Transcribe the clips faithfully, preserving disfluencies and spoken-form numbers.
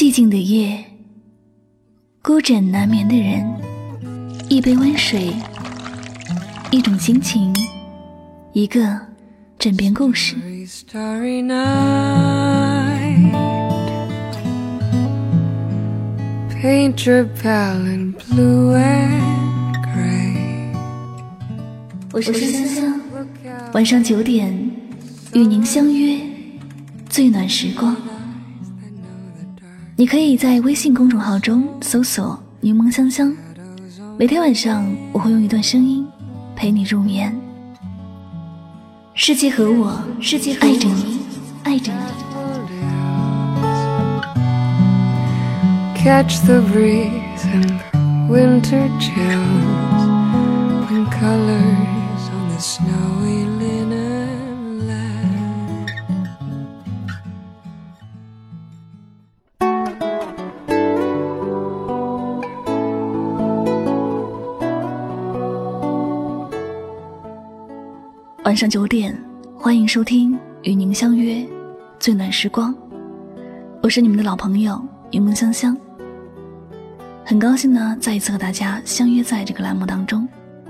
寂静的夜，孤枕难眠的人，一杯温水，一种心情，一个枕边故事。 Starry night, paint your palette blue and gray. 我是香香，晚上九点与您相约最暖时光。你可以在微信公众号中搜索柠檬香香，每天晚上我会用一段声音陪你入眠。世界和我，世界爱着你，爱着你。 Catch the breeze and the winter chills and colors on the snowy linen land. 晚上九点，欢迎收听与您相约最暖时光，我是你们的老朋友柠檬香香。很高兴呢，再一次和大家相约在这个栏目当中。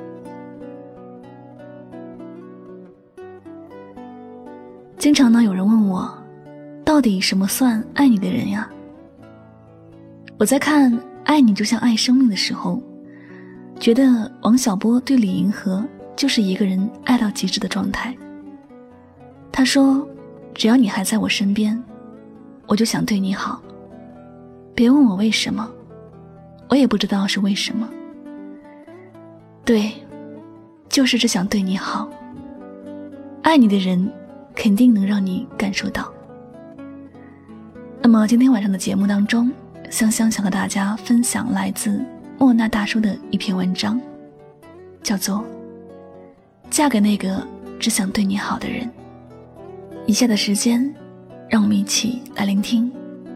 经常呢，有人问我，到底什么算爱你的人呀？我在看《爱你就像爱生命》的时候，觉得王小波对李银河就是一个人爱到极致的状态。他说，只要你还在我身边，我就想对你好，别问我为什么，我也不知道是为什么。对，就是只想对你好。爱你的人肯定能让你感受到。那么今天晚上的节目当中，香香想和大家分享来自莫那大叔的一篇文章，叫做嫁给那个只想对你好的人。以下的时间让我们一起来聆听。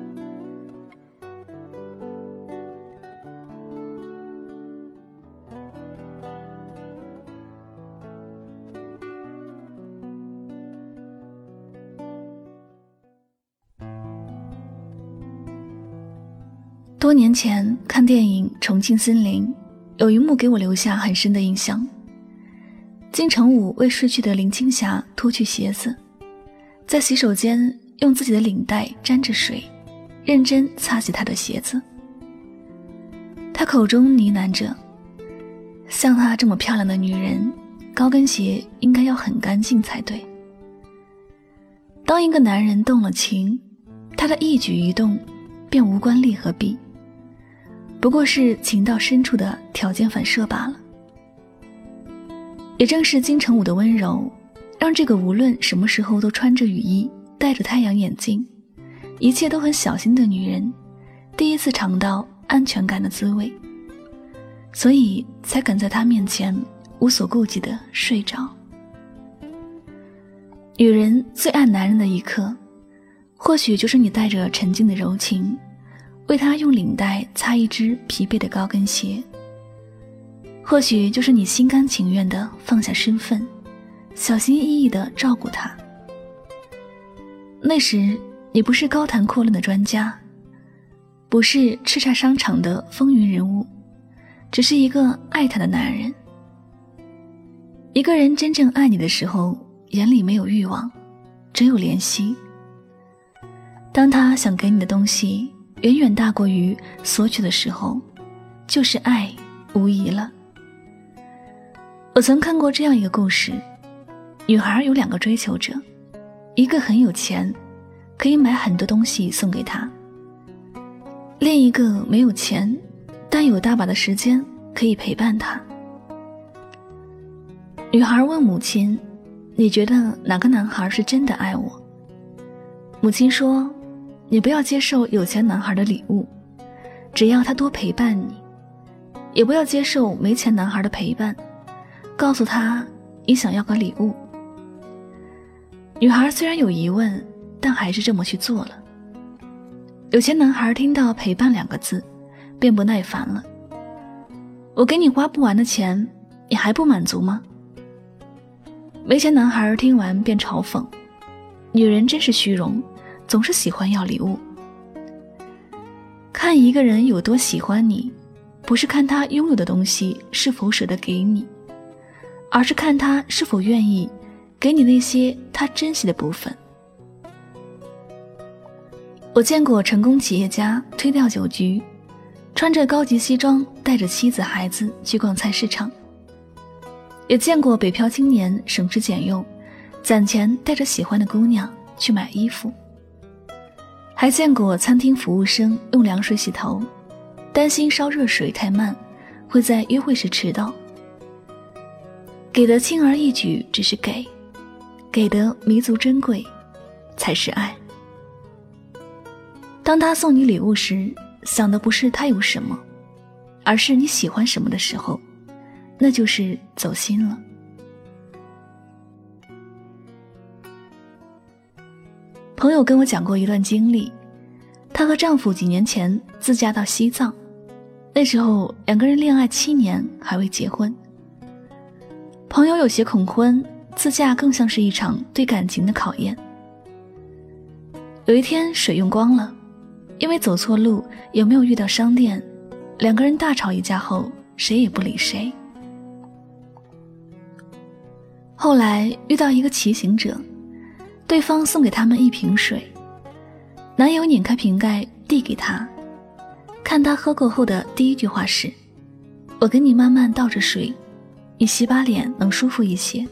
多年前看电影《重庆森林》，有一幕给我留下很深的印象。金城武为睡去的林青霞脱去鞋子，在洗手间用自己的领带沾着水，认真擦洗她的鞋子。他口中呢喃着，像她这么漂亮的女人，高跟鞋应该要很干净才对。当一个男人动了情，他的一举一动便无关利和弊，不过是情到深处的条件反射罢了。也正是金城武的温柔，让这个无论什么时候都穿着雨衣，戴着太阳眼镜，一切都很小心的女人，第一次尝到安全感的滋味，所以才敢在他面前无所顾忌地睡着。女人最爱男人的一刻，或许就是你带着沉静的柔情，为他用领带擦一只疲惫的高跟鞋，或许就是你心甘情愿地放下身份，小心翼翼地照顾他。那时你不是高谈阔论的专家，不是叱咤商场的风云人物，只是一个爱他的男人。一个人真正爱你的时候，眼里没有欲望，只有怜惜。当他想给你的东西远远大过于索取的时候，就是爱无疑了。我曾看过这样一个故事，女孩有两个追求者，一个很有钱，可以买很多东西送给她，另一个没有钱，但有大把的时间可以陪伴她。女孩问母亲，你觉得哪个男孩是真的爱我？母亲说，你不要接受有钱男孩的礼物，只要他多陪伴你；也不要接受没钱男孩的陪伴，告诉他你想要个礼物。女孩虽然有疑问，但还是这么去做了。有钱男孩听到陪伴两个字，便不耐烦了。我给你花不完的钱，你还不满足吗？没钱男孩听完便嘲讽，女人真是虚荣，总是喜欢要礼物。 看一个人有多喜欢你，不是看他拥有的东西是否舍得给你，而是看他是否愿意给你那些他珍惜的部分。我见过成功企业家推掉酒局，穿着高级西装带着妻子孩子去逛菜市场，也见过北漂青年省吃俭用，攒钱带着喜欢的姑娘去买衣服，还见过餐厅服务生用凉水洗头，担心烧热水太慢会在约会时迟到。给的轻而易举只是给，给的弥足珍贵才是爱。当他送你礼物时，想的不是他有什么，而是你喜欢什么的时候，那就是走心了。朋友跟我讲过一段经历，她和丈夫几年前自驾到西藏，那时候两个人恋爱七年还未结婚。朋友有些恐婚，自驾更像是一场对感情的考验。有一天水用光了，因为走错路有没有遇到商店，两个人大吵一架后谁也不理谁。后来遇到一个骑行者，对方送给他们一瓶水，男友拧开瓶盖递给他，看他喝过后的第一句话是：我给你慢慢倒着水，你洗把脸能舒服一些。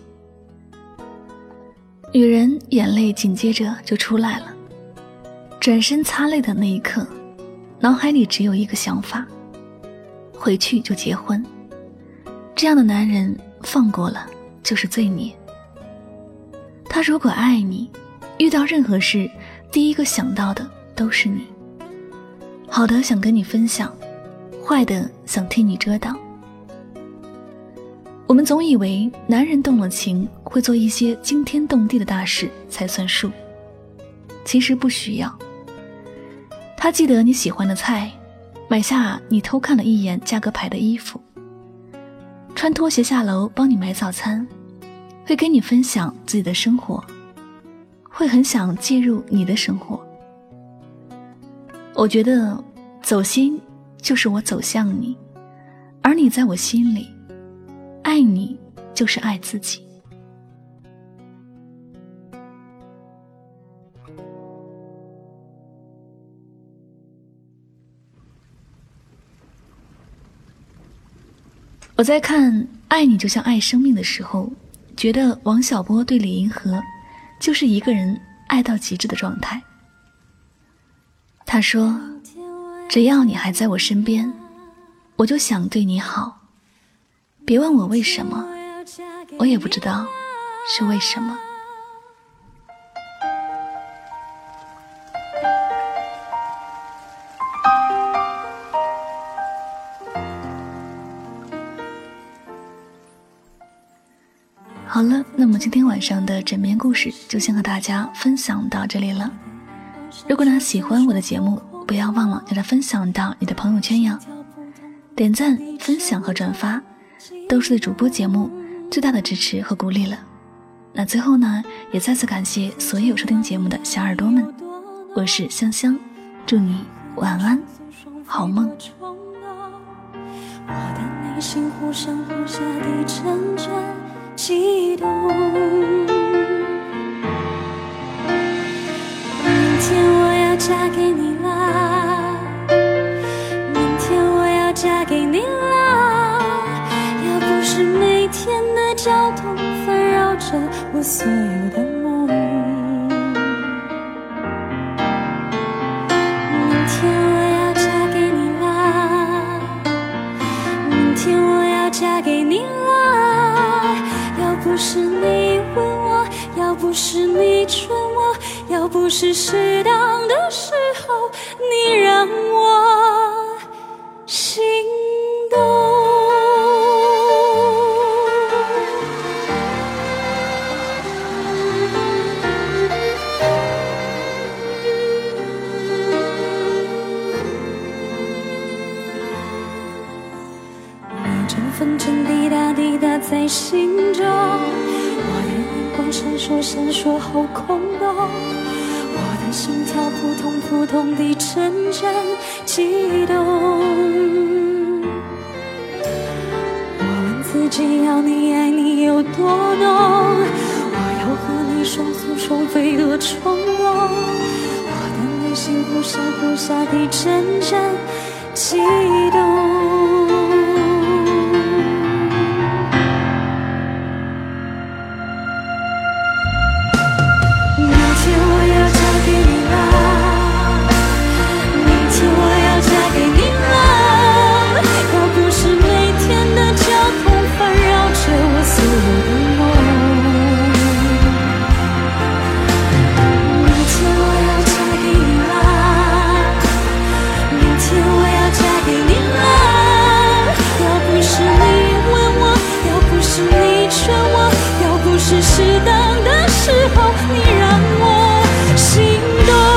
女人眼泪紧接着就出来了，转身擦泪的那一刻，脑海里只有一个想法：回去就结婚。这样的男人放过了就是罪孽。他如果爱你，遇到任何事第一个想到的都是你，好的想跟你分享，坏的想替你遮挡。我们总以为男人动了情会做一些惊天动地的大事才算数，其实不需要。他记得你喜欢的菜，买下你偷看了一眼价格牌的衣服，穿拖鞋下楼帮你买早餐，会跟你分享自己的生活，会很想介入你的生活。我觉得走心就是我走向你，而你在我心里，爱你就是爱自己。我在看《爱你就像爱生命》的时候，觉得王小波对李银河就是一个人爱到极致的状态。他说，只要你还在我身边，我就想对你好，别问我为什么，我也不知道是为什么。好了，那么今天晚上的枕边故事就先和大家分享到这里了。如果呢喜欢我的节目，不要忘了将它分享到你的朋友圈呀。点赞、分享和转发都是对主播节目最大的支持和鼓励了。那最后呢，也再次感谢所有收听节目的小耳朵们，我是香香，祝你晚安，好梦。 我的内心忽上忽下地阵阵悸动，明天我要嫁给你啦，明天我要嫁给你啦，要不是每天的交通烦扰着我所有的梦，明天我要嫁给你啦，明天我要嫁给你啦，要不是你问我，要不是你劝我，要不是适当的时候你让我心动。你正分正滴答滴答在心中，我的眼光闪烁闪烁好空洞，我的心跳扑通扑通地阵阵悸动。我问自己，要你爱你有多浓？我要和你双宿双飞的冲动。我的内心忽上忽下地阵阵悸动。适当的时候，你让我心动。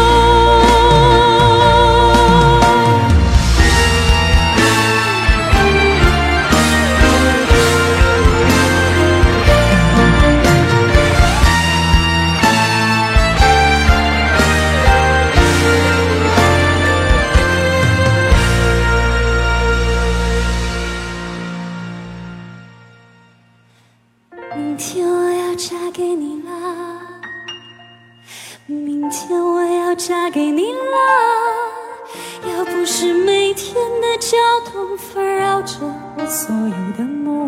明天我要嫁给你啦，明天我要嫁给你啦。要不是每天的交通纷扰着我所有的梦，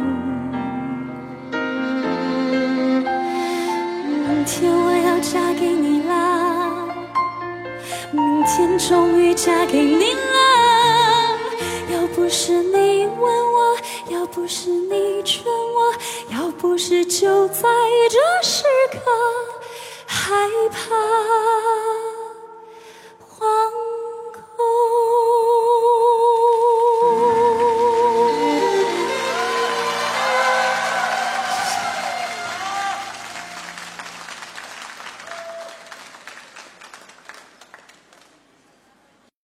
明天我要嫁给你啦，明天终于嫁给你啦。要不是你问我，要不是你劝我，要不是就在这时刻害怕。